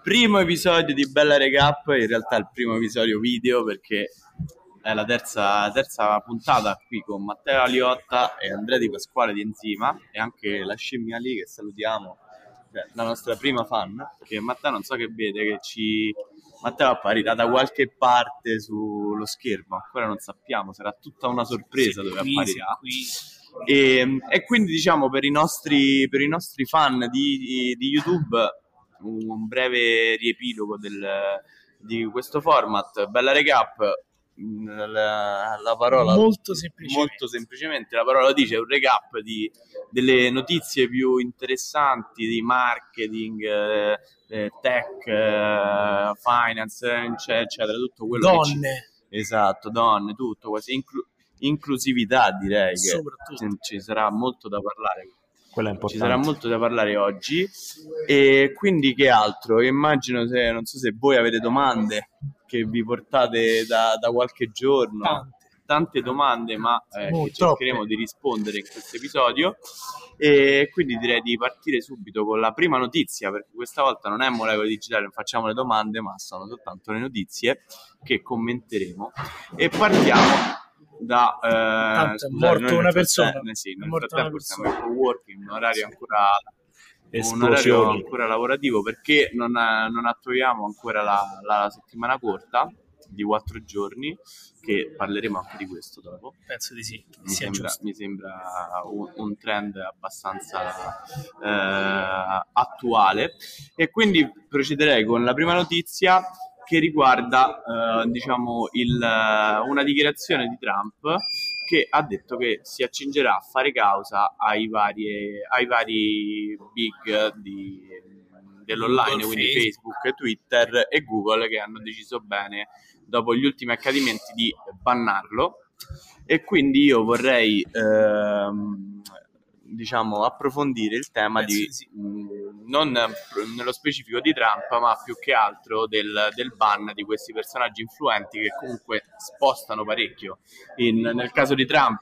primo episodio di Bella Recap, in realtà il primo episodio video perché è la terza puntata qui con Matteo Aliotta e Andrea Di Pasquale di Enzima e anche la scimmia lì che salutiamo, la nostra prima fan, che Matteo non so che vede, che Matteo apparirà da qualche parte sullo schermo, ancora non sappiamo, sarà tutta una sorpresa dove apparirà. E quindi diciamo per i nostri fan di YouTube un breve riepilogo di questo format. Bella Recap, la parola molto semplicemente la parola dice, un recap delle notizie più interessanti di marketing, tech, finance, eccetera, tutto quello esatto, donne, tutto quasi inclusività, direi che ci sarà molto da parlare. Ci sarà molto da parlare oggi. E quindi che altro? Immagino, non so se voi avete domande che vi portate da qualche giorno, tante domande, ma che cercheremo di rispondere in questo episodio. E quindi direi di partire subito con la prima notizia, perché questa volta non è Molecole Digitali, non facciamo le domande, ma sono soltanto le notizie che commenteremo. E partiamo da tanto è morto una persona. Sì, nel frattempo siamo in co-working, un orario ancora lavorativo, perché non attuiamo ancora la settimana corta di 4 giorni, che parleremo anche di questo dopo. Penso di sì, mi sembra un trend abbastanza attuale, e quindi procederei con la prima notizia, che riguarda diciamo una dichiarazione di Trump, che ha detto che si accingerà a fare causa ai vari big dell'online, quindi Facebook, Twitter e Google, che hanno deciso bene, dopo gli ultimi accadimenti, di bannarlo. E quindi io vorrei diciamo approfondire il tema non nello specifico di Trump, ma più che altro del ban di questi personaggi influenti che comunque spostano parecchio. Nel caso di Trump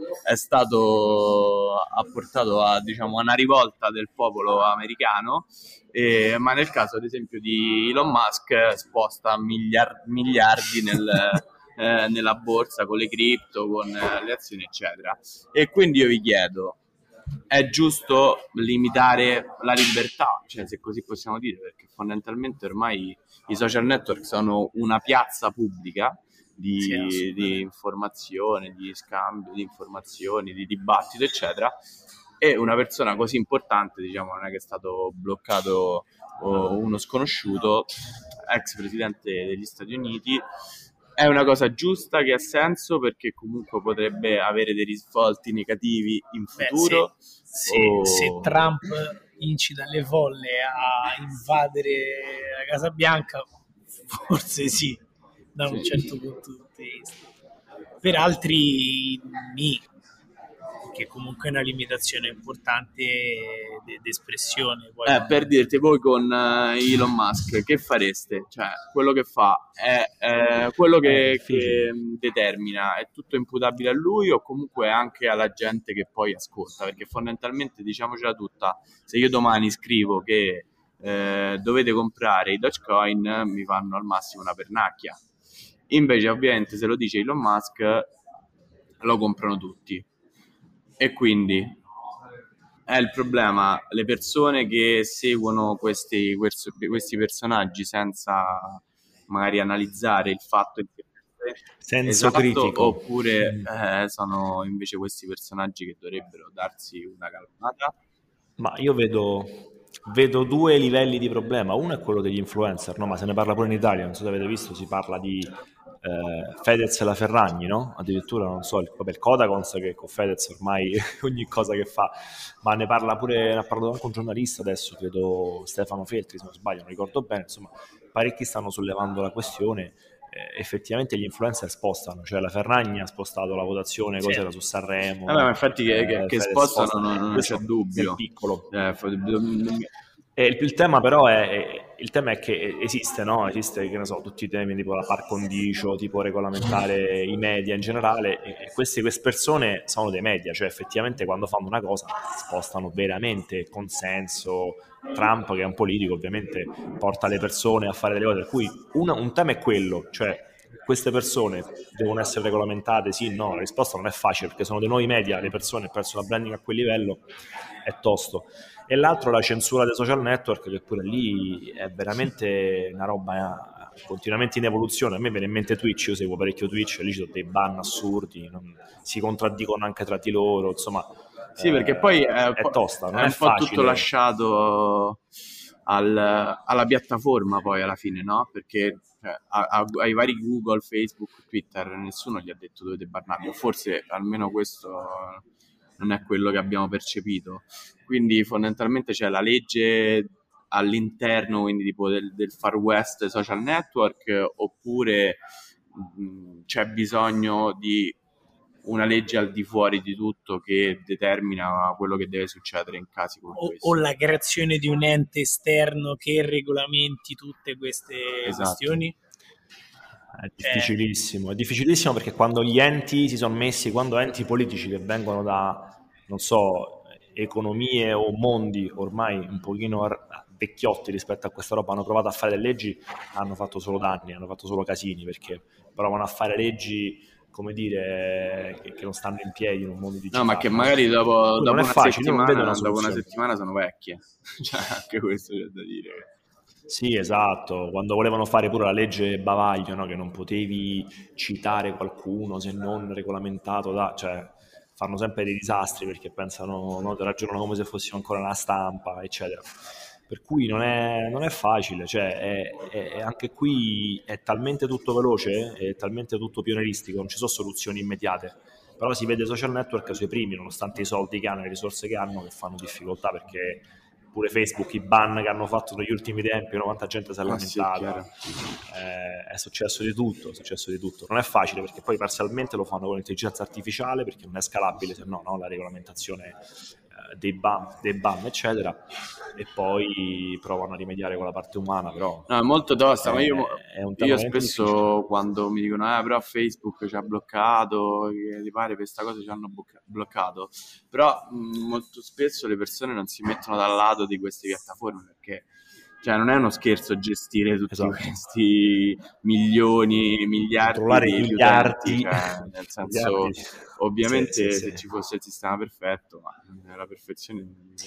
ha portato a una rivolta del popolo americano, ma nel caso ad esempio di Elon Musk sposta miliardi nella borsa, con le cripto, con le azioni, eccetera. E quindi io vi chiedo: è giusto limitare la libertà, se così possiamo dire, perché fondamentalmente ormai i social network sono una piazza pubblica di informazione, di scambio di informazioni, di dibattito, eccetera, e una persona così importante, non è che è stato bloccato uno sconosciuto, ex presidente degli Stati Uniti. È una cosa giusta, che ha senso, perché comunque potrebbe avere dei risvolti negativi in futuro. Se Trump incita le folle a invadere la Casa Bianca, forse sì, da un certo punto di vista. Per altri che comunque è una limitazione importante d'espressione. Per dirti, voi con Elon Musk che fareste? Quello che fa è quello che determina, è tutto imputabile a lui o comunque anche alla gente che poi ascolta? Perché fondamentalmente, diciamocela tutta, se io domani scrivo che dovete comprare i Dogecoin, mi fanno al massimo una pernacchia. Invece ovviamente se lo dice Elon Musk lo comprano tutti. E quindi è il problema, le persone che seguono questi personaggi senza magari analizzare il fatto senso critico, oppure sono invece questi personaggi che dovrebbero darsi una calmata? Ma io vedo due livelli di problema. Uno è quello degli influencer, no? Ma se ne parla pure in Italia, non so se avete visto, si parla di Fedez e la Ferragni, no? Addirittura, non so, il Codacons, che con Fedez ormai ogni cosa che fa, ma ne ha parlato anche un giornalista adesso, credo Stefano Feltri, se non sbaglio, non ricordo bene. Insomma, parecchi stanno sollevando la questione. Effettivamente gli influencer spostano, la Ferragni ha spostato la votazione cos'era su Sanremo, ma infatti che spostano non c'è dubbio, piccolo. Il tema però è il tema è che esiste, no? Esiste, che ne so, tutti i temi tipo la par condicio, tipo regolamentare i media in generale, e queste persone sono dei media, cioè effettivamente quando fanno una cosa spostano veramente consenso. Trump, che è un politico, ovviamente porta le persone a fare delle cose, per cui un tema è quello, cioè queste persone devono essere regolamentate, sì, no, la risposta non è facile perché sono dei nuovi media, le persone perso la branding a quel livello è tosto. E l'altro la censura dei social network, che pure lì è veramente una roba continuamente in evoluzione. A me viene in mente Twitch, io seguo parecchio Twitch, lì ci sono dei ban assurdi, si contraddicono anche tra di loro, insomma. Sì, perché poi è tosta, non è un po' facile. tutto lasciato alla piattaforma poi alla fine, no? Perché ai vari Google, Facebook, Twitter, nessuno gli ha detto dovete bannarli, o forse almeno questo non è quello che abbiamo percepito. Quindi fondamentalmente c'è la legge all'interno, quindi tipo del Far West social network, oppure c'è bisogno di una legge al di fuori di tutto che determina quello che deve succedere in casi come questi. O la creazione di un ente esterno che regolamenti tutte queste questioni. È difficilissimo perché quando gli enti si sono messi, quando enti politici che vengono da, non so, economie o mondi ormai un pochino vecchiotti rispetto a questa roba, hanno provato a fare le leggi, hanno fatto solo danni, hanno fatto solo casini, perché provano a fare leggi, come dire, che non stanno in piedi in un mondo digitale. No, ma che magari dopo non è facile, non vedo una dopo una soluzione. settimana sono vecchie. Cioè, anche questo c'è da dire. Sì, esatto, quando volevano fare pure la legge bavaglio, no? Che non potevi citare qualcuno se non regolamentato da... cioè fanno sempre dei disastri perché pensano, no, ragionano come se fossimo ancora nella stampa, eccetera. Per cui non è facile, cioè anche qui è talmente tutto veloce, è talmente tutto pionieristico, non ci sono soluzioni immediate. Però si vede i social network sui primi, nonostante i soldi che hanno, le risorse che hanno, che fanno difficoltà, perché pure Facebook, i ban che hanno fatto negli ultimi tempi, 90 gente si è lamentata, è successo di tutto, non è facile perché poi parzialmente lo fanno con l'intelligenza artificiale perché non è scalabile se no, la regolamentazione dei ban eccetera, e poi provano a rimediare con la parte umana, però no, è molto tosta, ma io spesso difficile. Quando mi dicono però Facebook ci ha bloccato, che ti pare per questa cosa ci hanno bloccato, però molto spesso le persone non si mettono dal lato di queste piattaforme, perché cioè non è uno scherzo gestire tutti questi milioni, miliardi di utenti, cioè, nel senso ovviamente se ci fosse il sistema perfetto, ma la perfezione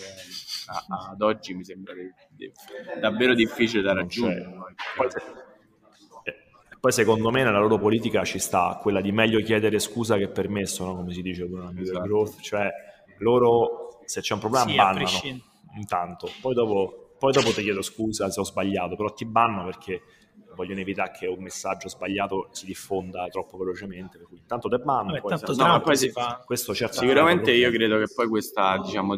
ad oggi mi sembra davvero difficile da raggiungere. Poi secondo me nella loro politica ci sta quella di meglio chiedere scusa che permesso, no? Come si dice con la growth, cioè loro se c'è un problema bannano intanto, poi dopo ti chiedo scusa se ho sbagliato, però ti banno perché vogliono evitare che un messaggio sbagliato si diffonda troppo velocemente, per cui intanto te banno. Poi si fa. Questo sicuramente io credo che poi questa, diciamo,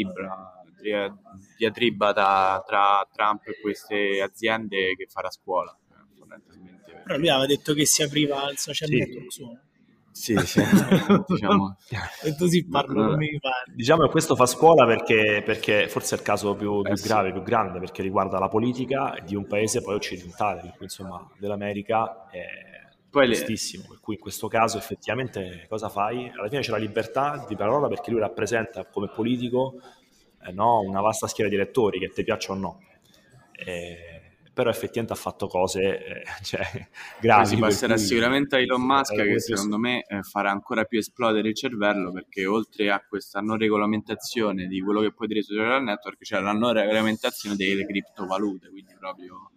diatriba tra Trump e queste aziende che farà scuola, fondamentalmente. Però lui aveva detto che si apriva il social network su. Sì, diciamo. E tu si parlo come mi pare. Diciamo che questo fa scuola perché forse è il caso più grave, più grande, perché riguarda la politica di un paese poi occidentale, per cui insomma dell'America è giustissimo, per cui in questo caso effettivamente cosa fai? Alla fine c'è la libertà di parola perché lui rappresenta come politico una vasta schiera di elettori, che ti piacciono o no. Però effettivamente ha fatto cose gravi. Si passerà sicuramente a Elon Musk, che secondo me farà ancora più esplodere il cervello, perché oltre a questa non regolamentazione di quello che puoi dire sui social network, c'è la non regolamentazione delle criptovalute, quindi proprio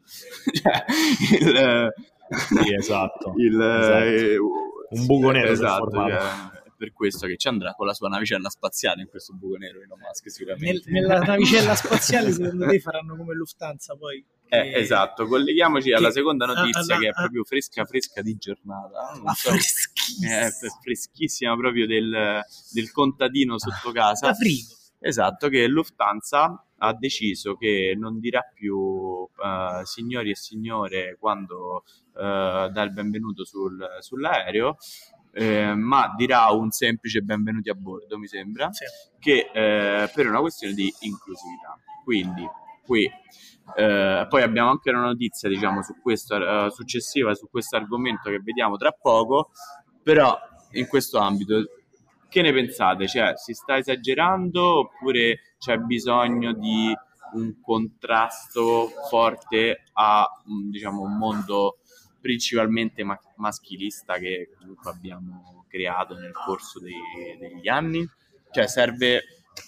sì, esatto. Un buco nero, esatto, per questo che ci andrà con la sua navicella spaziale in questo buco nero Elon Musk sicuramente. Nella navicella spaziale secondo te faranno come Lufthansa poi? Esatto, colleghiamoci alla seconda notizia che è proprio fresca di giornata, freschissima proprio del contadino sotto casa. Esatto, che Lufthansa ha deciso che non dirà più signori e signore quando dà il benvenuto sull'aereo, ma dirà un semplice benvenuti a bordo, mi sembra, che per una questione di inclusività. Quindi qui. Poi abbiamo anche una notizia, diciamo, su questo, successiva su questo argomento che vediamo tra poco, però in questo ambito che ne pensate? Cioè, si sta esagerando oppure c'è bisogno di un contrasto forte a, diciamo, un mondo principalmente maschilista che comunque abbiamo creato nel corso degli anni? Cioè, serve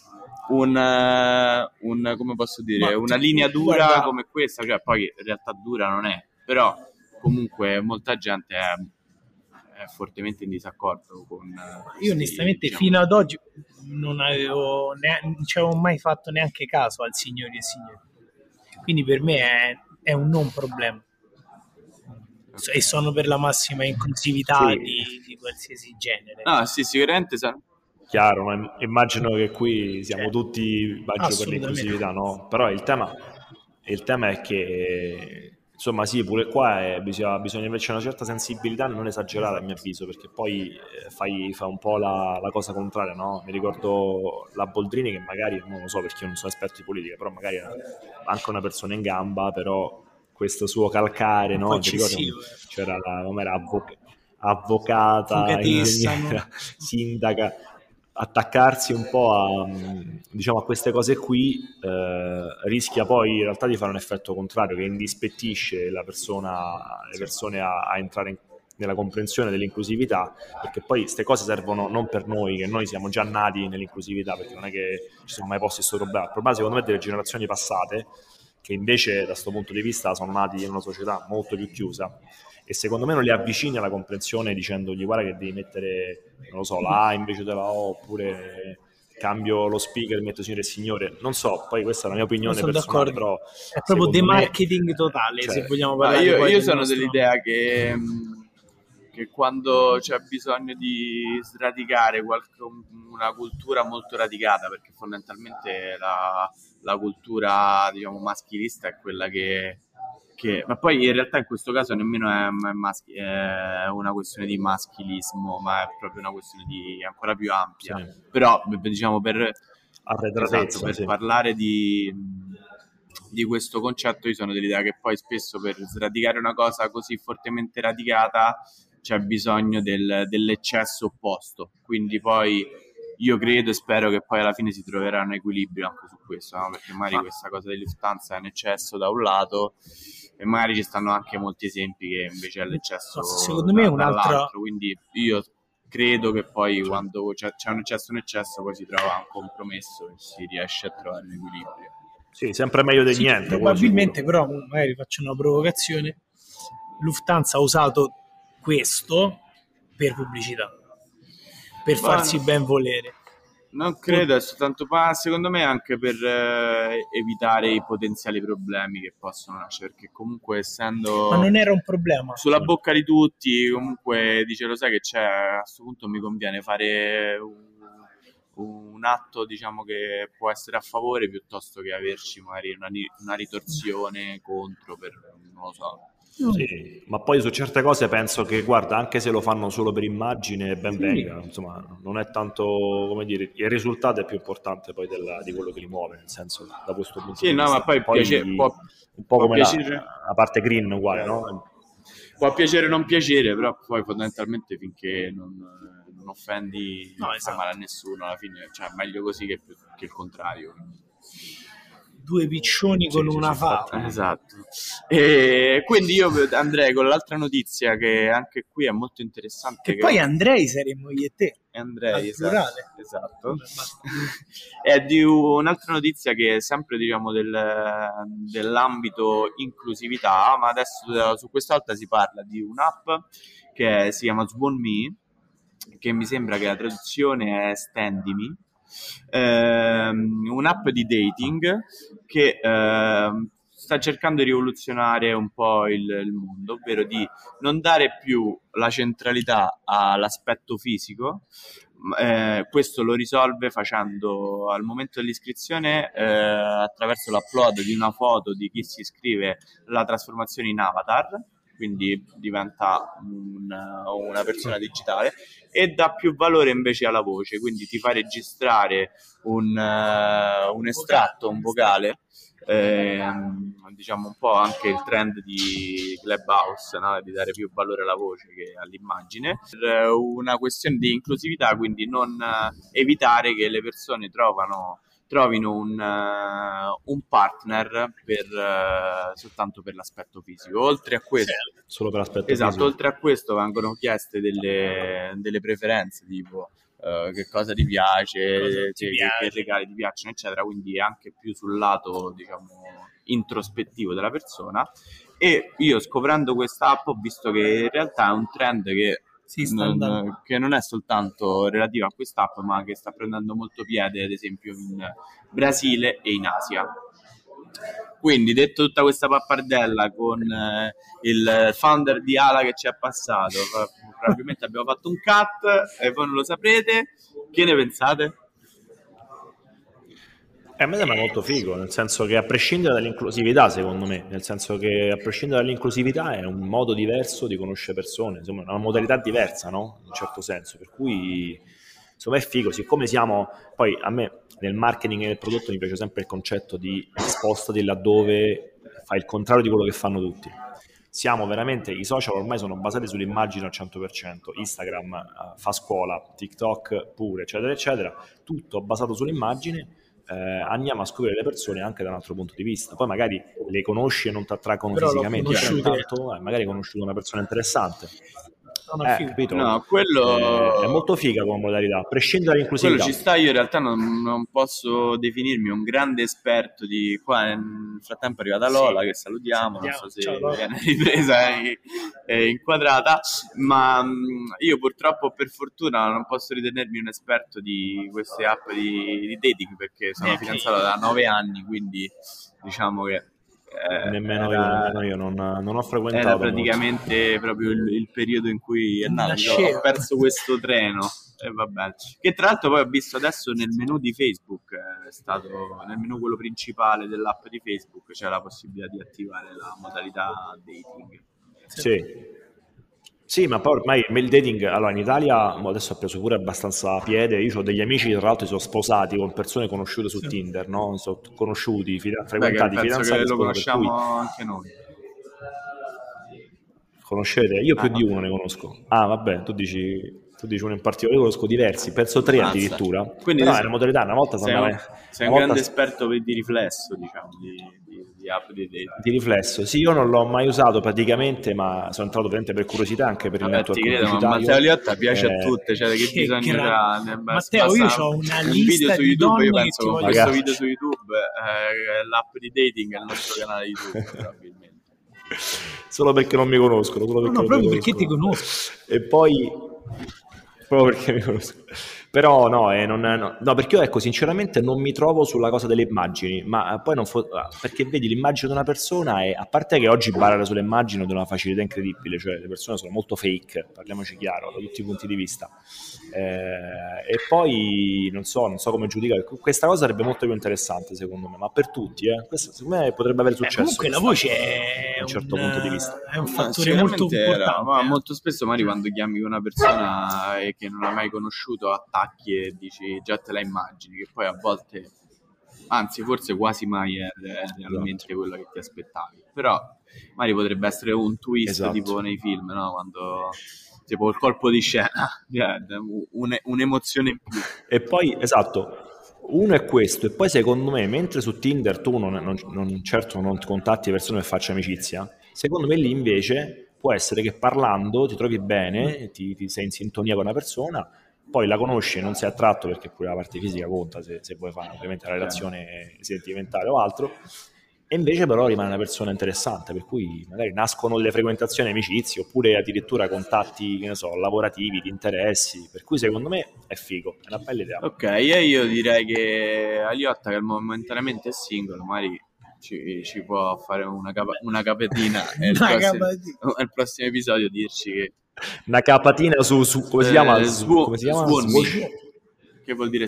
come posso dire, una linea dura, guarda, come questa, cioè poi in realtà dura non è, però comunque molta gente è fortemente in disaccordo con io onestamente, diciamo, fino ad oggi non ci avevo mai fatto neanche caso al signori e signori, quindi per me è un non problema, e sono per la massima inclusività, sì, di qualsiasi genere. Ah sì, sicuramente chiaro, ma immagino che qui siamo tutti per l'inclusività, no? Però il tema è che, insomma, sì, pure qua bisogna invece una certa sensibilità, non esagerare a mio avviso, perché poi fa un po' la cosa contraria, no? Mi ricordo la Boldrini, che magari, non lo so perché io non sono esperto di politica, però magari era anche una persona in gamba, però questo suo calcare, no? Ti ricordi? C'era avvocata, ingegnera, sindaca, attaccarsi un po' a queste cose qui rischia poi in realtà di fare un effetto contrario, che indispettisce le persone a entrare nella comprensione dell'inclusività, perché poi queste cose servono non per noi, che noi siamo già nati nell'inclusività, perché non è che ci siamo mai posti questo problema. Il problema secondo me è delle generazioni passate, che invece da questo punto di vista sono nati in una società molto più chiusa, e secondo me non li avvicini alla comprensione dicendogli guarda che devi mettere, non lo so, la A invece della O, oppure cambio lo speaker, metto signore e signore, non so, poi questa è la mia opinione personale, però è proprio demarketing totale, se vogliamo parlare. Io sono dell'idea che quando c'è bisogno di sradicare una cultura molto radicata, perché fondamentalmente la cultura, diciamo, maschilista è quella che ma poi in realtà in questo caso nemmeno è una questione di maschilismo, ma è proprio una questione ancora più ampia. Sì. Però diciamo per parlare di questo concetto, io sono dell'idea che poi spesso per sradicare una cosa così fortemente radicata c'è bisogno dell'eccesso opposto, quindi poi io credo e spero che poi alla fine si troverà un equilibrio anche su questo, no? Perché magari questa cosa di Lufthansa è un eccesso da un lato e magari ci stanno anche molti esempi che invece è l'eccesso secondo me dall'altro, quindi io credo che poi quando c'è un eccesso poi si trova un compromesso e si riesce a trovare un equilibrio. Sì, sempre meglio di niente. Probabilmente, però magari faccio una provocazione, Lufthansa ha usato questo per pubblicità, per farsi ben volere. Non credo, è soltanto, ma secondo me anche per evitare i potenziali problemi che possono nascere, perché comunque essendo... Ma non era un problema. Sulla bocca di tutti, comunque dice, lo sai che c'è, a questo punto mi conviene fare un atto, diciamo, che può essere a favore piuttosto che averci magari una ritorsione contro, non lo so. Sì, ma poi su certe cose penso che, guarda, anche se lo fanno solo per immagine, ben venga, insomma, non è tanto, come dire, il risultato è più importante poi di quello che li muove, nel senso, da questo punto di vista. Sì, no, ma poi un po' come la parte green uguale, no? Può piacere o non piacere, però poi fondamentalmente finché non offendi, non fai male a nessuno, alla fine, cioè meglio così che il contrario. Due piccioni con una fava. Esatto. E quindi io andrei con l'altra notizia, che anche qui è molto interessante. Che poi Andrei saremmo io e te. Andrei, esatto. È di un'altra notizia che è sempre, diciamo, dell'ambito inclusività, ma adesso su quest'altra si parla di un'app che si chiama SwanMe, che mi sembra che la traduzione è Standimi. Un'app di dating che sta cercando di rivoluzionare un po' il mondo, ovvero di non dare più la centralità all'aspetto fisico. Questo lo risolve facendo al momento dell'iscrizione, attraverso l'upload di una foto di chi si iscrive, la trasformazione in avatar, quindi diventa una persona digitale, e dà più valore invece alla voce, quindi ti fa registrare un estratto, un vocale, diciamo un po' anche il trend di Clubhouse, no? Di dare più valore alla voce che all'immagine, per una questione di inclusività, quindi non evitare che le persone trovino un partner soltanto per l'aspetto fisico. Oltre a questo, solo per l'aspetto esatto, fisico. oltre a questo vengono chieste delle preferenze, tipo che cosa ti piace, che regali ti piacciono, eccetera, quindi anche più sul lato, diciamo, introspettivo della persona. E io, scoprendo questa app, ho visto che in realtà è un trend che non è soltanto relativo a quest'app, ma che sta prendendo molto piede, ad esempio, in Brasile e in Asia. Quindi, detto tutta questa pappardella con il founder di Ala che ci è passato, probabilmente abbiamo fatto un cut e voi non lo saprete. Che ne pensate? A me sembra molto figo, nel senso che a prescindere dall'inclusività, secondo me, nel senso che a prescindere dall'inclusività è un modo diverso di conoscere persone, insomma, una modalità diversa, no? In un certo senso, per cui insomma è figo, siccome siamo, poi a me nel marketing e nel prodotto mi piace sempre il concetto di spostati laddove fai il contrario di quello che fanno tutti. Siamo veramente, i social ormai sono basati sull'immagine al 100%, Instagram fa scuola, TikTok pure, eccetera, eccetera, tutto basato sull'immagine. Andiamo a scoprire le persone anche da un altro punto di vista. Poi magari le conosci e non ti attraggono fisicamente, intanto magari hai conosciuto una persona interessante. Capito? No, quello è molto figa come modalità, a prescindere dall'inclusività. Quello ci sta. Io in realtà non posso definirmi un grande esperto di qua. Nel frattempo è arrivata Lola, che salutiamo, non so se viene ripresa e inquadrata, ma io purtroppo, per fortuna, non posso ritenermi un esperto di queste app di dating, perché sono fidanzato da 9 anni, quindi diciamo che nemmeno io non ho frequentato. Era praticamente proprio il periodo in cui è nato. Ho perso questo treno e va bene. Che tra l'altro poi ho visto adesso nel menu di Facebook, è stato nel menu quello principale dell'app di Facebook, c'è la possibilità di attivare la modalità dating. Sì, ma poi ormai il dating, allora in Italia adesso ha preso pure abbastanza piede. Io ho degli amici che tra l'altro si sono sposati con persone conosciute su Tinder, no? Sono conosciuti, frequentati, fidanzati. Che lo conosciamo anche noi. Conoscete? Io più di uno ne conosco. Ah, vabbè, tu dici uno in particolare, io conosco diversi, penso 3 addirittura. Quindi però è una modalità, una volta sei un grande esperto di riflesso, diciamo, di app di dating. Di riflesso, sì, io non l'ho mai usato praticamente, ma sono entrato veramente per curiosità, anche per il network pubblicitario. Ma Matteo Liotta piace a tutte, cioè che bisogno c'ha? Matteo, io ho una lista su di YouTube, io donne penso con questo video su YouTube, l'app di dating è il nostro canale YouTube, probabilmente. Solo perché non mi conoscono, proprio perché ti conosco. E poi proprio perché mi conosco. Però no, perché io, ecco, sinceramente non mi trovo sulla cosa delle immagini, ma poi perché vedi l'immagine di una persona e a parte che oggi barare sulle immagini è di una facilità incredibile, cioè le persone sono molto fake, parliamoci chiaro, da tutti i punti di vista. E poi non so come giudicare, questa cosa sarebbe molto più interessante secondo me, ma per tutti, questo secondo me potrebbe avere successo. Comunque la voce è da un certo punto di vista. È un fattore molto importante. Ma molto spesso magari quando chiami una persona che non hai mai conosciuto attacchi e dici già te la immagini, che poi a volte, anzi forse quasi mai è realmente quello che ti aspettavi, però magari potrebbe essere un twist, tipo nei film, no? Quando tipo il colpo di scena, un'emozione in più. E poi, esatto, uno è questo, e poi secondo me, mentre su Tinder tu non contatti persone e faccia amicizia, secondo me lì invece può essere che parlando ti trovi bene, ti sei in sintonia con una persona, poi la conosci e non sei attratto, perché pure la parte fisica conta se vuoi fare ovviamente la relazione sentimentale o altro, e invece però rimane una persona interessante, per cui magari nascono delle frequentazioni, amicizie, oppure addirittura contatti, che ne so, lavorativi, di interessi, per cui secondo me è figo, è una bella idea. Ok, e io direi che Aliotta, che momentaneamente è single, magari ci può fare una capatina nel prossimo episodio, dirci che una capatina su come si chiama? Swoon, che vuol dire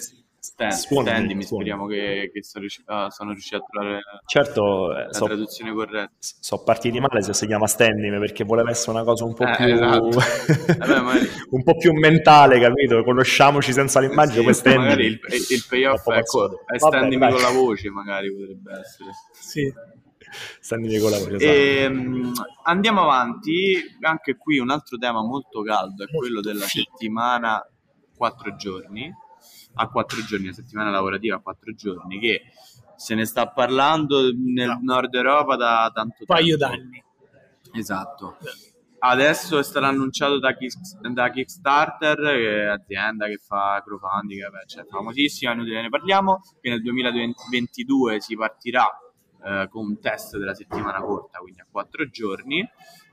Standing, speriamo che sono riusciti a trovare certo, la traduzione corretta. Sono partiti male se si chiama standing, perché voleva essere una cosa un po' più esatto. un po' più mentale, capito? Conosciamoci senza l'immagine, sì, poi standing. Magari il payoff è standing con la voce, magari potrebbe essere. Sì. Standing con la voce, esatto. Andiamo avanti, anche qui un altro tema molto caldo è quello della settimana 4 giorni. A 4 giorni, la settimana lavorativa a 4 giorni, che se ne sta parlando nel Nord Europa da tanto tempo. Un paio d'anni. Esatto. Adesso è stato annunciato da Kickstarter, che è azienda che fa crowdfunding, cioè famosissima, inutile ne parliamo, che nel 2022 si partirà con un test della settimana corta, quindi a 4 giorni,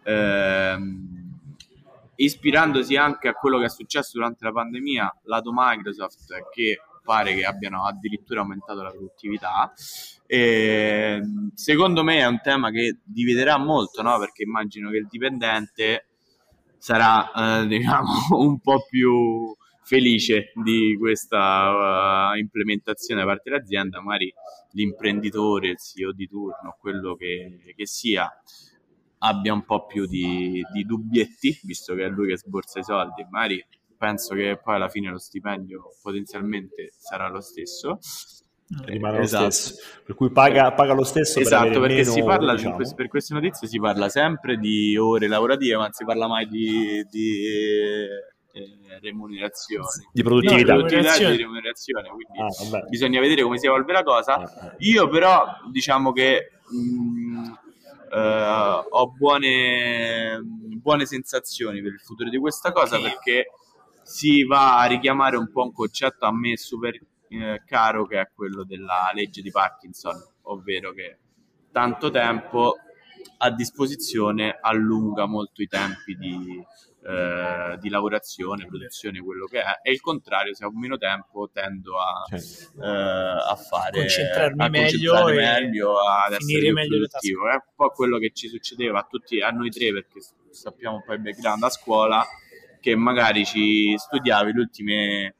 ispirandosi anche a quello che è successo durante la pandemia, lato Microsoft, che pare che abbiano addirittura aumentato la produttività. Secondo me è un tema che dividerà molto, no? Perché immagino che il dipendente sarà diciamo un po' più felice di questa implementazione da parte dell'azienda, magari l'imprenditore, il CEO di turno, quello che sia, abbia un po' più di dubbietti, visto che è lui che sborsa i soldi. Magari penso che poi alla fine lo stipendio potenzialmente sarà lo stesso. Rimane lo stesso, per cui paga lo stesso. Esatto, per perché meno, si parla diciamo, per queste notizie si parla sempre di ore lavorative, ma non si parla mai di remunerazione, di produttività, e di remunerazione, quindi bisogna vedere come si evolve la cosa. Io però diciamo che ho buone sensazioni per il futuro di questa cosa, perché si va a richiamare un po' un concetto a me super caro, che è quello della legge di Parkinson, ovvero che tanto tempo a disposizione allunga molto i tempi di lavorazione, produzione, quello che è, e il contrario, se ho meno tempo tendo a concentrarmi meglio, ad essere più meglio produttivo. È un po' quello che ci succedeva a noi tre, perché sappiamo poi il background a scuola, che magari ci studiavi le ultime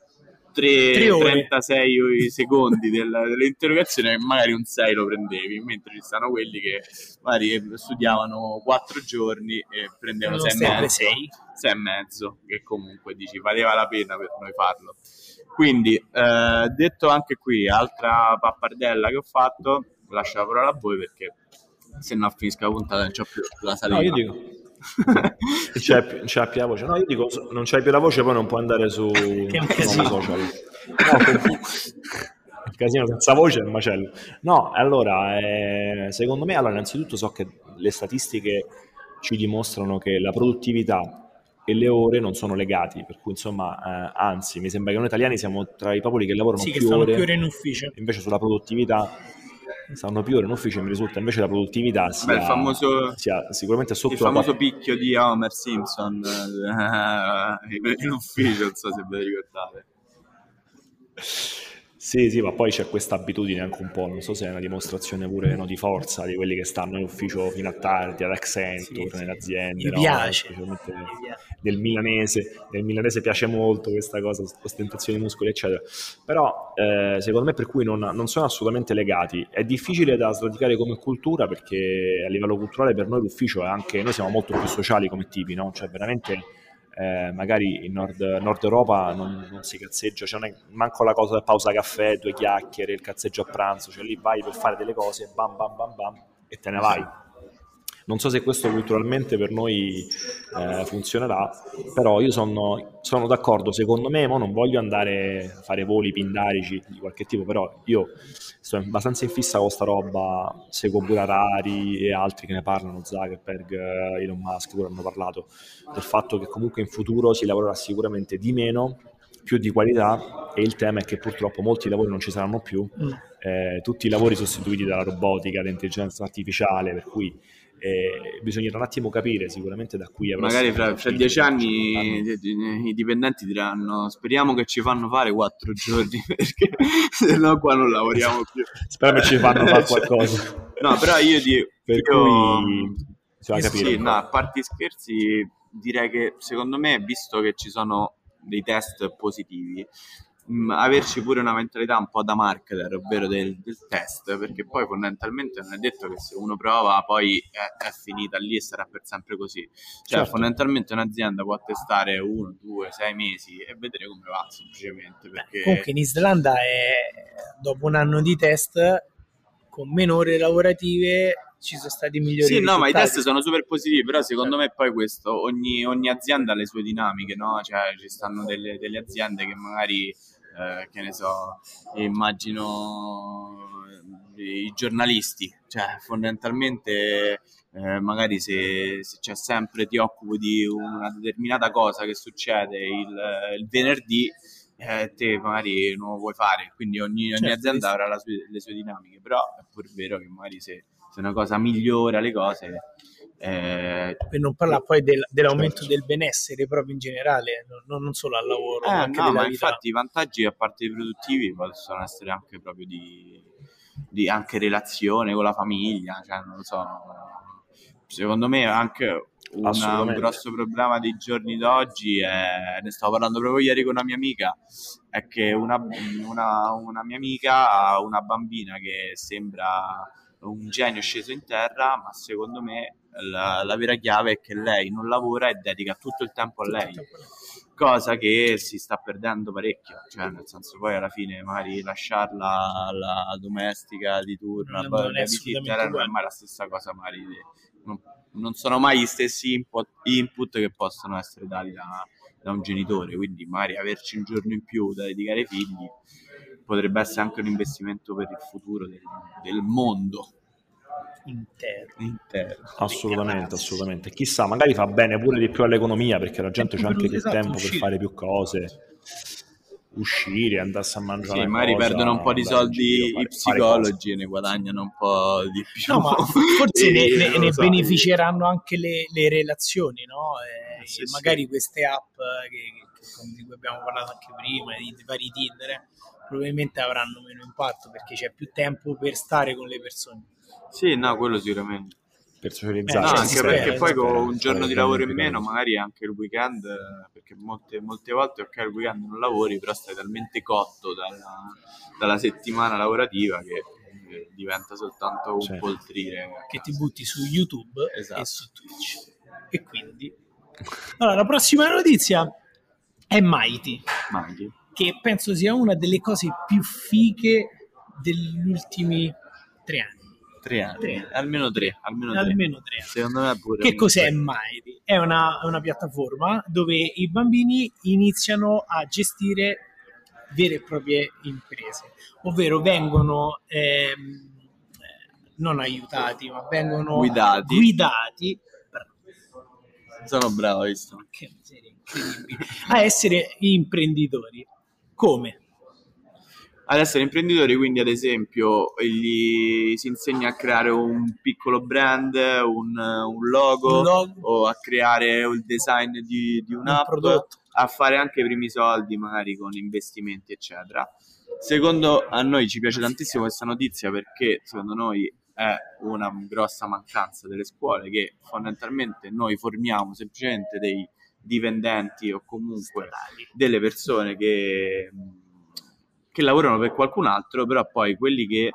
36 secondi dell'interrogazione, magari un 6 lo prendevi, mentre ci stanno quelli che magari studiavano 4 giorni e prendevano 6 e mezzo, che comunque dici valeva la pena per noi farlo. Quindi detto anche qui, altra pappardella che ho fatto, lascio la parola a voi, perché se no finisco la puntata non c'ho più la saliva. No, io dico c'è più la voce. No, io dico, non c'hai più la voce, poi non puoi andare su social. No, il casino senza voce è un macello. No, allora, secondo me, innanzitutto so che le statistiche ci dimostrano che la produttività e le ore non sono legati, per cui insomma, anzi, mi sembra che noi italiani siamo tra i popoli che lavorano più ore in ufficio. Invece sulla produttività stanno più ore in ufficio, mi risulta invece la produttività sia sicuramente sotto il famoso picchio di Homer Simpson in ufficio, non so se ve lo ricordate. Sì, ma poi c'è questa abitudine anche un po', non so se è una dimostrazione pure di forza di quelli che stanno in ufficio fino a tardi, ad Accenture, nelle aziende. Mi piace. Del milanese piace molto questa cosa, ostentazione di muscoli, eccetera. Però secondo me per cui non sono assolutamente legati. È difficile da sradicare come cultura, perché a livello culturale per noi l'ufficio è anche, noi siamo molto più sociali come tipi, no? Cioè veramente magari in Nord Europa non si cazzeggia, cioè non è manco la cosa del pausa caffè, 2 chiacchiere, il cazzeggio a pranzo, cioè lì vai per fare delle cose, bam bam bam bam e te ne vai. Non so se questo culturalmente per noi funzionerà, però io sono d'accordo. Secondo me, non voglio andare a fare voli pindarici di qualche tipo, però io sto abbastanza in fissa con sta roba, seguo pure Harari e altri che ne parlano, Zuckerberg, Elon Musk, pure hanno parlato del fatto che comunque in futuro si lavorerà sicuramente di meno, più di qualità, e il tema è che purtroppo molti lavori non ci saranno più, tutti i lavori sostituiti dalla robotica, dall'intelligenza artificiale, per cui bisognerà un attimo capire, sicuramente da qui a magari fra 10 anni i dipendenti diranno speriamo che ci fanno fare 4 giorni perché se no qua non lavoriamo più. Spero che ci fanno fare qualcosa. No, però io cui sì, no, a parte scherzi, direi che secondo me, visto che ci sono dei test positivi, averci pure una mentalità un po' da marketer, ovvero del test, perché poi fondamentalmente non è detto che se uno prova poi è finita lì e sarà per sempre così. Cioè, Certo. fondamentalmente un'azienda può testare 1, 2, 6 mesi e vedere come va, semplicemente. Perché... Comunque in Islanda dopo un anno di test, con meno ore lavorative, ci sono stati migliori Sì, no, ma i risultati. test sono super positivi, però secondo me poi questo, ogni azienda ha le sue dinamiche, no? Cioè, ci stanno delle aziende che magari, che ne so, immagino i giornalisti, cioè fondamentalmente magari se c'è sempre, ti occupi di una determinata cosa che succede il venerdì, te magari non lo vuoi fare, quindi ogni Certo, azienda avrà le sue dinamiche, però è pur vero che magari se una cosa migliora le cose. Per non parlare poi dell'aumento del benessere proprio in generale, non solo al lavoro, ma anche No, della ma vita. infatti i vantaggi, a parte i produttivi, possono essere anche proprio di anche relazione con la famiglia, cioè non lo so. Secondo me anche un Assolutamente. grosso problema dei giorni d'oggi ne stavo parlando proprio ieri con una mia amica, è che una mia amica ha una bambina che sembra un genio sceso in terra, ma secondo me la vera chiave è che lei non lavora e dedica tutto il tempo a lei, cosa che si sta perdendo parecchio, cioè nel senso poi alla fine magari lasciarla alla domestica di turno, Non al è babysitter, assolutamente non è uguale. mai la stessa cosa, magari non sono mai gli stessi input che possono essere dati da un genitore, quindi magari averci un giorno in più da dedicare ai figli potrebbe essere anche un investimento per il futuro del mondo intero. Assolutamente, assolutamente. Chissà, magari fa bene pure di più all'economia, perché la gente c'ha anche più Esatto, tempo per uscire. fare più cose, uscire, andarsi a mangiare Sì, una magari cosa, perdono un po' di andare in giro, soldi i fare cose. psicologi e ne guadagnano un po' di più. No, ma forse Non ne lo so. beneficeranno anche le relazioni, no? Sì, E sì. magari queste app di cui abbiamo parlato anche prima, i vari Tinder, probabilmente avranno meno impatto perché c'è più tempo per stare con le persone. Sì, no, quello sicuramente. Per socializzare, No, Cioè, si si anche spera, perché spera, si poi esatto. con spera, un si spera giorno che di venga lavoro in meno, impiegati. magari anche il weekend, perché molte volte ok, il weekend non lavori, però stai talmente cotto dalla settimana lavorativa che diventa soltanto un Sì. poltrire. Che ti butti su YouTube Esatto. e su Twitch. E quindi... Allora, la prossima notizia è Mighty, Maghi. che penso sia una delle cose più fighe degli ultimi 3 anni. 3 anni. 3 anni. Almeno tre. Almeno 3 anni. Secondo me pure. Che cos'è Mighty? È una piattaforma dove i bambini iniziano a gestire vere e proprie imprese, ovvero vengono non aiutati, ma vengono guidati Sono bravo, visto? che miseria, incredibile, a essere imprenditori. Come? Ad essere imprenditori, quindi ad esempio gli si insegna a creare un piccolo brand, un logo, o a creare il design di un'app, prodotto. a fare anche i primi soldi magari con investimenti eccetera. Secondo a noi ci piace tantissimo questa notizia perché secondo noi è una grossa mancanza delle scuole, che fondamentalmente noi formiamo semplicemente dei dipendenti o comunque delle persone che lavorano per qualcun altro, però poi quelli che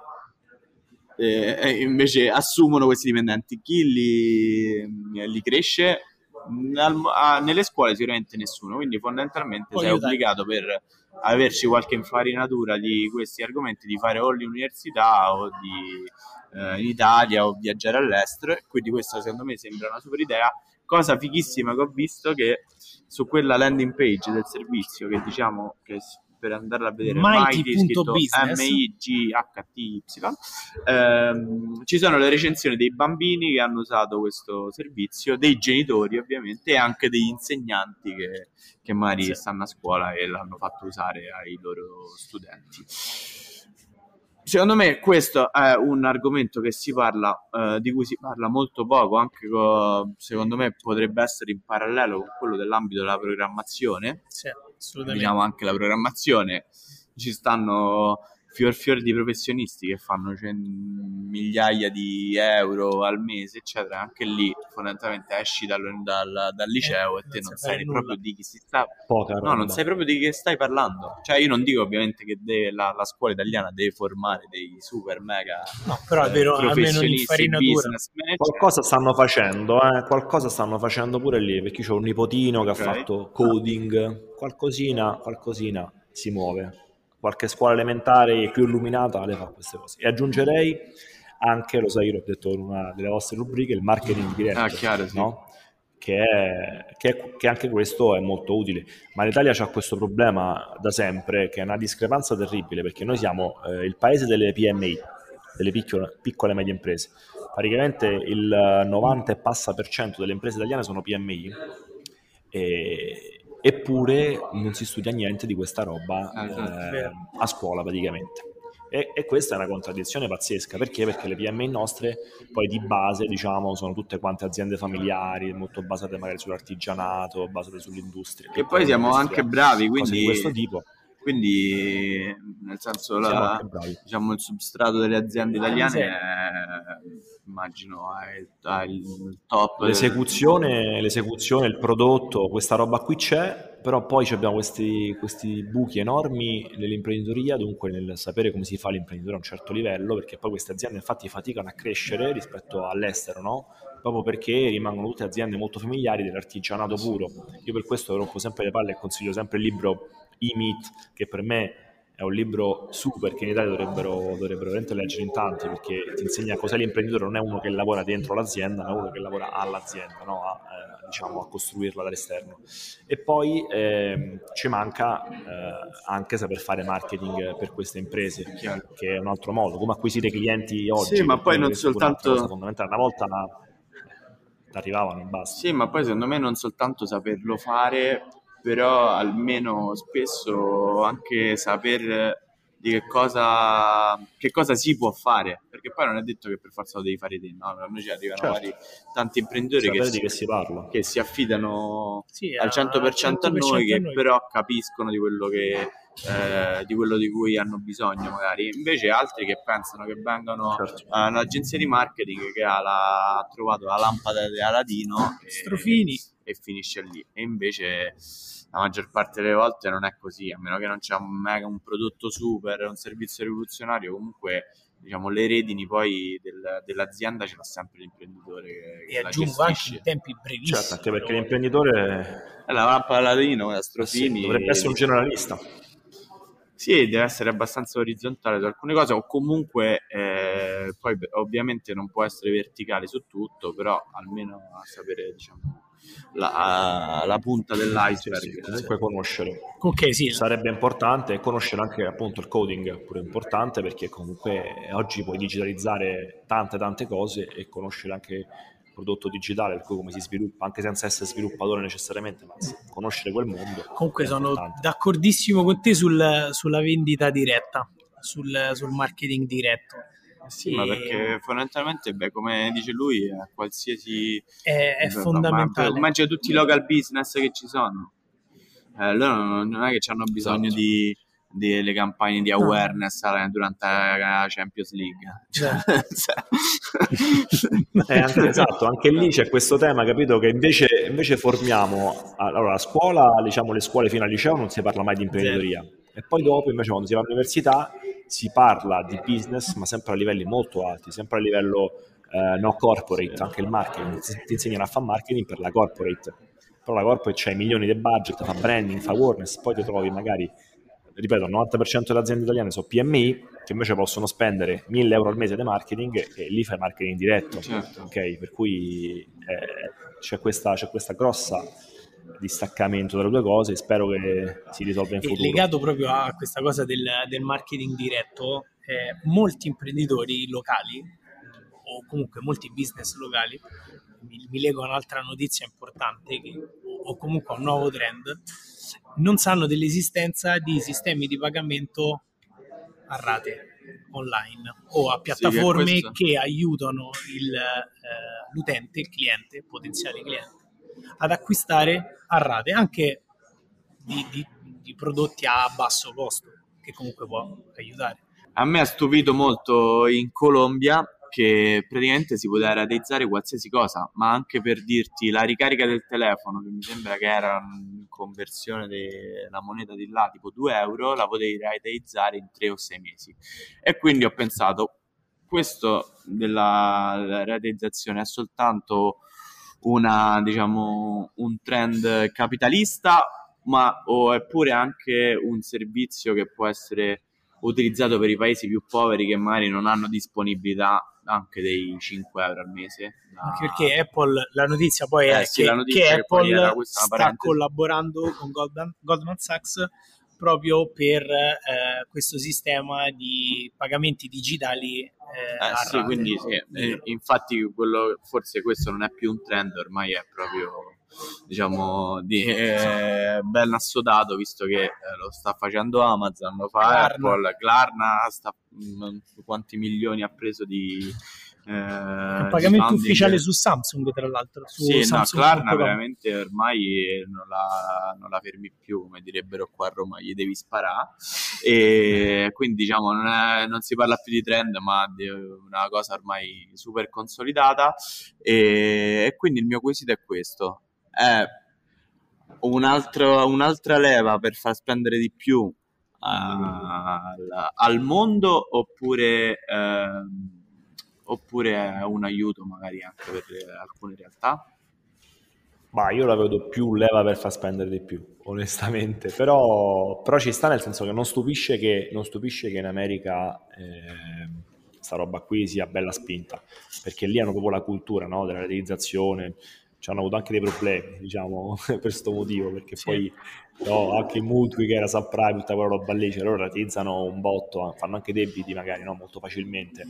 invece assumono questi dipendenti, chi li cresce? Nelle scuole sicuramente nessuno, quindi fondamentalmente sei obbligato, per averci qualche infarinatura di questi argomenti, di fare o l'università o in Italia o viaggiare all'estero, e quindi questa secondo me sembra una super idea. Cosa fighissima che ho visto, che su quella landing page del servizio, che diciamo che per andarla a vedere, Mighty.business, MIGHTY, ci sono le recensioni dei bambini che hanno usato questo servizio, dei genitori ovviamente, e anche degli insegnanti che magari stanno a scuola e l'hanno fatto usare ai loro studenti. Secondo me questo è un argomento che di cui si parla molto poco, anche secondo me potrebbe essere in parallelo con quello dell'ambito della programmazione. Sì, assolutamente. Diciamo anche la programmazione, ci stanno fior di professionisti che fanno migliaia di euro al mese, eccetera. Anche lì fondamentalmente esci dal liceo e te non sai proprio di chi si sta. Non sai proprio di che stai parlando. Cioè, io non dico ovviamente che la scuola italiana deve formare dei super mega però è vero, professionisti, businessman. Qualcosa stanno facendo pure lì, perché c'ho un nipotino che ha fatto coding, qualcosina si muove. Qualche scuola elementare più illuminata le fa queste cose. E aggiungerei anche, lo sai, io l'ho detto in una delle vostre rubriche, il marketing diretto, chiaro, sì. no? Che anche questo è molto utile. Ma l'Italia ha questo problema da sempre, che è una discrepanza terribile, perché noi siamo il paese delle PMI, delle piccole e medie imprese. Praticamente il 90 e passa per cento delle imprese italiane sono PMI, eppure non si studia niente di questa roba a scuola praticamente. E questa è una contraddizione pazzesca. Perché? Perché le PMI nostre poi di base, diciamo, sono tutte quante aziende familiari, molto basate magari sull'artigianato, basate sull'industria. E poi siamo anche bravi, quindi di questo tipo. Quindi, nel senso, diciamo, il substrato delle aziende italiane immagino è il top. L'esecuzione, il prodotto, questa roba qui c'è, però poi abbiamo questi buchi enormi nell'imprenditoria, dunque nel sapere come si fa l'imprenditore a un certo livello, perché poi queste aziende infatti faticano a crescere rispetto all'estero, no? Proprio perché rimangono tutte aziende molto familiari dell'artigianato puro. Io per questo rompo sempre le palle e consiglio sempre il libro E-Meet, che per me è un libro super, che in Italia dovrebbero veramente leggere in tanti, perché ti insegna cos'è l'imprenditore. Non è uno che lavora dentro l'azienda, ma è uno che lavora all'azienda, no? Diciamo, a costruirla dall'esterno. E poi ci manca anche saper fare marketing per queste imprese, che è un altro modo, come acquisire clienti oggi. Sì, ma poi non soltanto una cosa fondamentale. Una volta arrivavano e basta. Sì, ma poi secondo me non soltanto saperlo fare, però almeno spesso anche saper di che cosa si può fare, perché poi non è detto che per forza lo devi fare te, no? A noi ci arrivano magari tanti imprenditori che si affidano al 100% a noi, che però capiscono di quello di cui hanno bisogno magari. Invece altri che pensano che vengano a un'agenzia di marketing che ha trovato la lampada di Aladino e finisce lì. E invece la maggior parte delle volte non è così, a meno che non c'è un prodotto super, un servizio rivoluzionario. Comunque, diciamo, le redini poi dell'azienda ce l'ha sempre l'imprenditore e aggiungo anche in tempi brevissimi. Certo, anche perché l'imprenditore è la lampada Aladino, la Strofini, dovrebbe essere un generalista. Sì, deve essere abbastanza orizzontale su alcune cose, o comunque poi ovviamente non può essere verticale su tutto, però almeno a sapere, diciamo, la punta dell'iceberg. Sì, comunque conoscere. Okay, sì. Sarebbe importante, e conoscere anche appunto il coding è pure importante, perché comunque oggi puoi digitalizzare tante cose e conoscere anche il prodotto digitale, per cui come si sviluppa, anche senza essere sviluppatore necessariamente, ma conoscere quel mondo. Comunque sono d'accordissimo con te sulla vendita diretta, sul marketing diretto. Sì, ma perché fondamentalmente, come dice lui, qualsiasi è fondamentale. Mangia tutti i local business che ci sono. Loro non è che hanno bisogno delle campagne di awareness durante la Champions League. Esatto, anche lì c'è questo tema, capito, che invece formiamo. Allora, a scuola, diciamo, le scuole fino al liceo non si parla mai di imprenditoria. E poi dopo, invece, quando si va all'università si parla di business, ma sempre a livelli molto alti, sempre a livello no corporate. Anche il marketing, ti insegnano a fare marketing per la corporate, però la corporate c'ha i milioni di budget, fa branding, fa awareness, poi ti trovi magari, ripeto, il 90% delle aziende italiane sono PMI, che invece possono spendere 1.000 euro al mese di marketing, e lì fai marketing diretto. Certo. Ok? Per cui c'è questa grossa distaccamento tra le due cose, e spero che si risolva in futuro. Legato proprio a questa cosa del marketing diretto, molti imprenditori locali, o comunque molti business locali, mi leggo a un'altra notizia importante, o comunque a un nuovo trend, non sanno dell'esistenza di sistemi di pagamento a rate online, o a piattaforme che aiutano l'utente, il cliente, il potenziale cliente, ad acquistare a rate anche di prodotti a basso costo, che comunque può aiutare. A me ha stupito molto in Colombia che praticamente si poteva rateizzare qualsiasi cosa, ma anche per dirti la ricarica del telefono, che mi sembra che era in conversione della moneta di là, tipo 2 euro, la potevi rateizzare in 3 o 6 mesi. E quindi ho pensato, questo della rateizzazione è soltanto diciamo, un trend capitalista, ma è pure anche un servizio che può essere utilizzato per i paesi più poveri che magari non hanno disponibilità anche dei 5 euro al mese. Anche perché Apple, la notizia poi è sì, che, la notizia che che poi era Apple questa, una sta parentesi. collaborando con Goldman Sachs proprio per questo sistema di pagamenti digitali a Sì, rate. quindi sì, infatti forse questo non è più un trend, ormai è proprio, diciamo, ben assodato, visto che lo sta facendo Amazon, lo fa Apple, Klarna quanti milioni ha preso di è un pagamento ufficiale su Samsung, tra l'altro. Sì, Samsung, no, Klarna veramente ormai non la fermi più, come direbbero qua a Roma, gli devi sparare. E quindi diciamo non si parla più di trend, ma di una cosa ormai super consolidata. E quindi il mio quesito è questo: è un'altra leva per far spendere di più al mondo, oppure è un aiuto magari anche per alcune realtà? Ma io la vedo più leva per far spendere di più, onestamente, però ci sta, nel senso che non stupisce che in America sta roba qui sia bella spinta, perché lì hanno proprio la cultura, no, della realizzazione. Ci hanno avuto anche dei problemi, diciamo, per questo motivo, perché poi anche i mutui, che era subprime, tutta quella roba lì, cioè loro rateizzano un botto, fanno anche debiti magari, no, molto facilmente.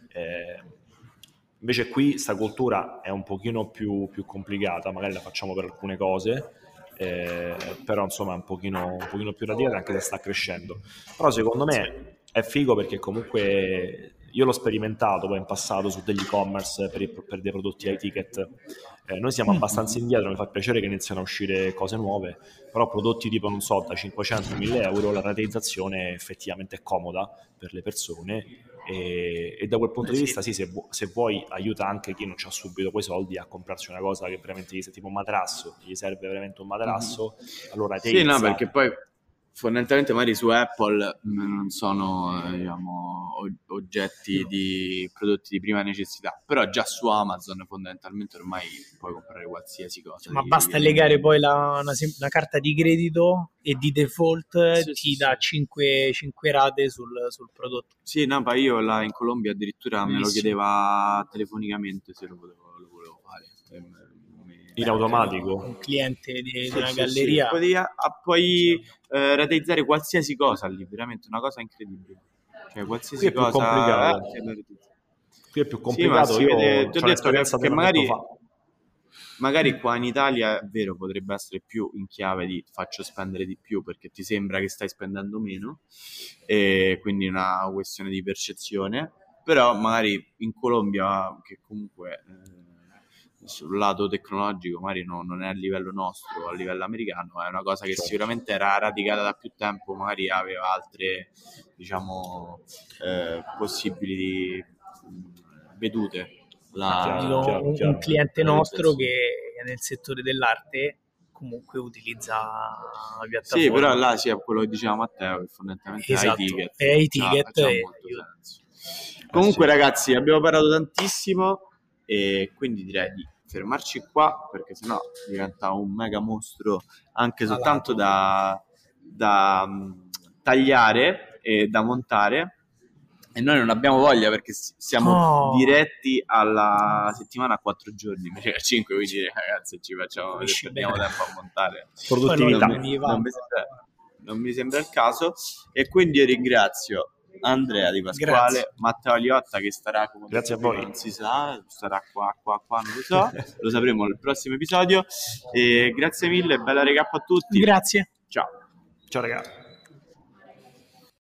Invece qui sta cultura è un pochino più complicata, magari la facciamo per alcune cose, però insomma è un pochino più radicata, anche se sta crescendo. Però secondo me è figo, perché comunque io l'ho sperimentato poi in passato su degli e-commerce per dei prodotti ai ticket. Noi siamo abbastanza indietro, mi fa piacere che iniziano a uscire cose nuove, però prodotti tipo, non so, da 500-1000 euro la rateizzazione effettivamente è comoda per le persone, e da quel punto di vista sì, se vuoi aiuta anche chi non ha subito quei soldi a comprarsi una cosa che veramente gli serve, tipo un materasso, gli serve veramente un materasso, allora sì, no, perché poi fondamentalmente magari su Apple non sono diciamo, oggetti di prodotti di prima necessità, però già su Amazon fondamentalmente ormai puoi comprare qualsiasi cosa. Ma basta legare poi una carta di credito e di default ti dà 5 rate sul prodotto. Sì, no, ma io là in Colombia addirittura me lo chiedeva telefonicamente se lo volevo fare. In automatico? Un cliente di una galleria. Puoi rateizzare qualsiasi cosa lì, veramente una cosa incredibile. Cioè qualsiasi cosa. Complicato. Qui è più complicato. Sì, ti ho detto che magari fa. qua in Italia è vero, potrebbe essere più in chiave di faccio spendere di più perché ti sembra che stai spendendo meno, e quindi una questione di percezione. Però magari in Colombia, che comunque sul lato tecnologico magari non è a livello nostro, a livello americano, è una cosa che sicuramente era radicata da più tempo, magari aveva altre, diciamo, possibili vedute. Un cliente nostro che è nel settore dell'arte comunque utilizza la piattaforma. Sì, però là è quello che diceva Matteo, che fondamentalmente è i-ticket. Comunque ragazzi, abbiamo parlato tantissimo e quindi direi di fermarci qua, perché sennò diventa un mega mostro anche soltanto da tagliare e da montare, e noi non abbiamo voglia perché siamo diretti alla settimana a 4 giorni invece che a 5, quindi ragazzi ci perdiamo tempo a montare. Produttività. Non mi sembra il caso, e quindi io ringrazio Andrea Di Pasquale, Matteo Aliotta, che starà, come grazie a voi, non si sa, starà qua, non lo so, lo sapremo nel prossimo episodio. E grazie mille, bella recap a tutti. Grazie. Ciao ragazzi.